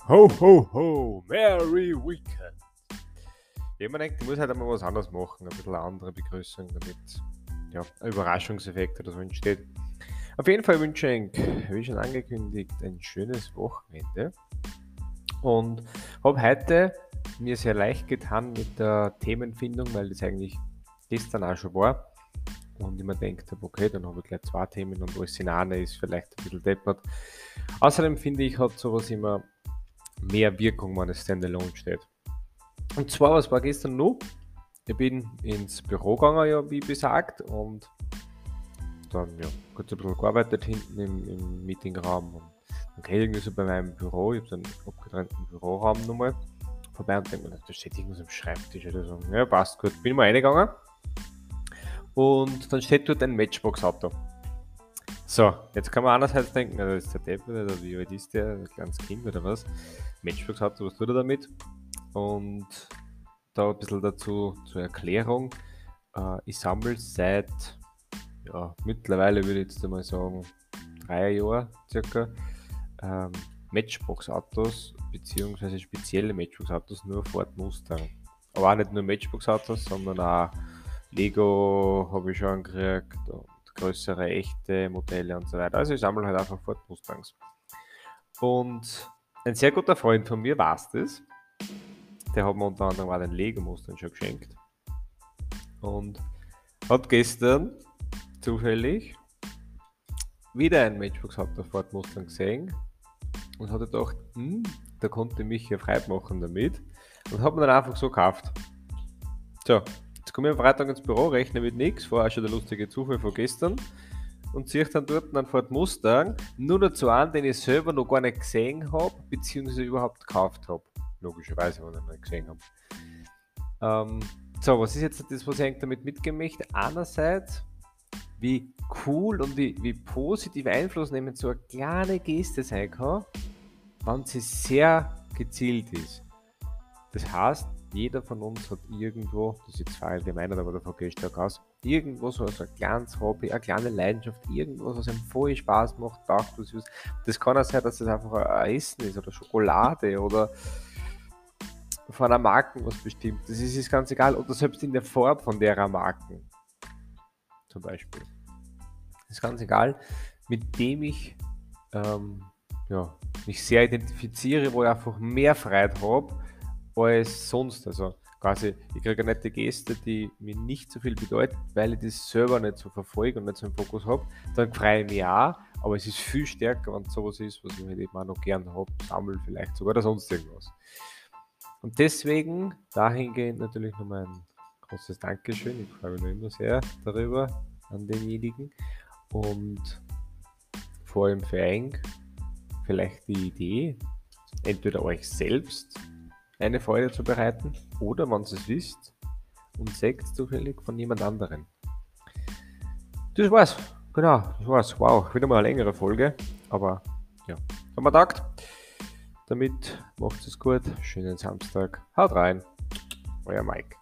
Ho, ho, ho, Merry Weekend. Ja, man denkt, ich muss halt einmal was anderes machen, ein bisschen eine andere Begrüßung, damit ein Überraschungseffekt oder so entsteht. Auf jeden Fall wünsche ich, wie schon angekündigt, ein schönes Wochenende und habe heute mir sehr leicht getan mit der Themenfindung, weil das eigentlich gestern auch schon war. Und ich mir gedacht habe, okay, dann habe ich gleich zwei Themen und alles in einer ist vielleicht ein bisschen deppert. Außerdem finde ich, hat sowas immer mehr Wirkung, wenn es standalone steht. Und zwar, was war gestern noch? Ich bin ins Büro gegangen, ja, wie besagt, und dann, kurz ein bisschen gearbeitet hinten im Meetingraum. Und dann gehe ich irgendwie so bei meinem Büro, ich habe so einen abgetrennten Büroraum nochmal vorbei und denke mir, da steht irgendwas am Schreibtisch oder so. Ja, passt gut. Bin mal reingegangen und dann steht dort ein Matchbox-Auto. So, jetzt kann man einerseits denken, das ist der Depp oder wie alt ist der, ein kleines Kind oder was? Matchbox-Auto, was tut er damit? Und da ein bisschen dazu zur Erklärung. Ich sammle seit, mittlerweile würde ich jetzt einmal sagen, 3 Jahren circa Matchbox-Autos, beziehungsweise spezielle Matchbox-Autos, nur Ford Mustang. Aber auch nicht nur Matchbox-Autos, sondern auch Lego habe ich schon gekriegt und größere echte Modelle und so weiter. Also ich sammle halt einfach Ford Mustangs. Und ein sehr guter Freund von mir weiß das. Der hat mir unter anderem auch den Lego Mustang schon geschenkt. Und hat gestern zufällig wieder ein Matchbox-Auto Ford Mustang gesehen und hat gedacht, da konnte mich ja frei machen damit und hat mir dann einfach so gekauft. So, jetzt komme ich am Freitag ins Büro, rechne mit nichts, vorher schon der lustige Zufall von gestern und sehe dann dort einen Ford Mustang, nur dazu an, den ich selber noch gar nicht gesehen habe, beziehungsweise überhaupt gekauft habe. Logischerweise, wenn ich ihn nicht gesehen habe. So, was ist jetzt das, was ich damit mitgeben möchte? Einerseits, wie cool und wie positiv einflussnehmend so eine kleine Geste sein kann, wenn sie sehr gezielt ist. Das heißt, jeder von uns hat irgendwo, das ist jetzt zwar allgemein, aber davon gehe ich stark aus, irgendwo so ein kleines Hobby, eine kleine Leidenschaft, irgendwas, was einem voll Spaß macht, taugt was ist. Das kann auch sein, dass es einfach ein Essen ist oder Schokolade oder von einer Marke was bestimmt. Das ist ganz egal. Oder selbst in der Form von der Marken zum Beispiel. Das ist ganz egal, mit dem ich mich sehr identifiziere, wo ich einfach mehr Freude habe als sonst. Also quasi, ich kriege eine nette Geste, die mir nicht so viel bedeutet, weil ich das selber nicht so verfolge und nicht so im Fokus habe. Dann freue ich mich auch, aber es ist viel stärker, wenn es sowas ist, was ich halt eben auch noch gern habe, sammle vielleicht sogar oder sonst irgendwas. Und deswegen dahingehend natürlich nochmal ein großes Dankeschön. Ich freue mich noch immer sehr darüber an denjenigen. Und vor allem für euch vielleicht die Idee, entweder euch selbst eine Freude zu bereiten oder, wenn ihr es wisst, und seht zufällig von jemand anderen. Das war's. Genau, das war's. Wow, wieder mal eine längere Folge. Aber ja, haben wir gedacht. Damit macht es gut. Schönen Samstag. Haut rein. Euer Mike.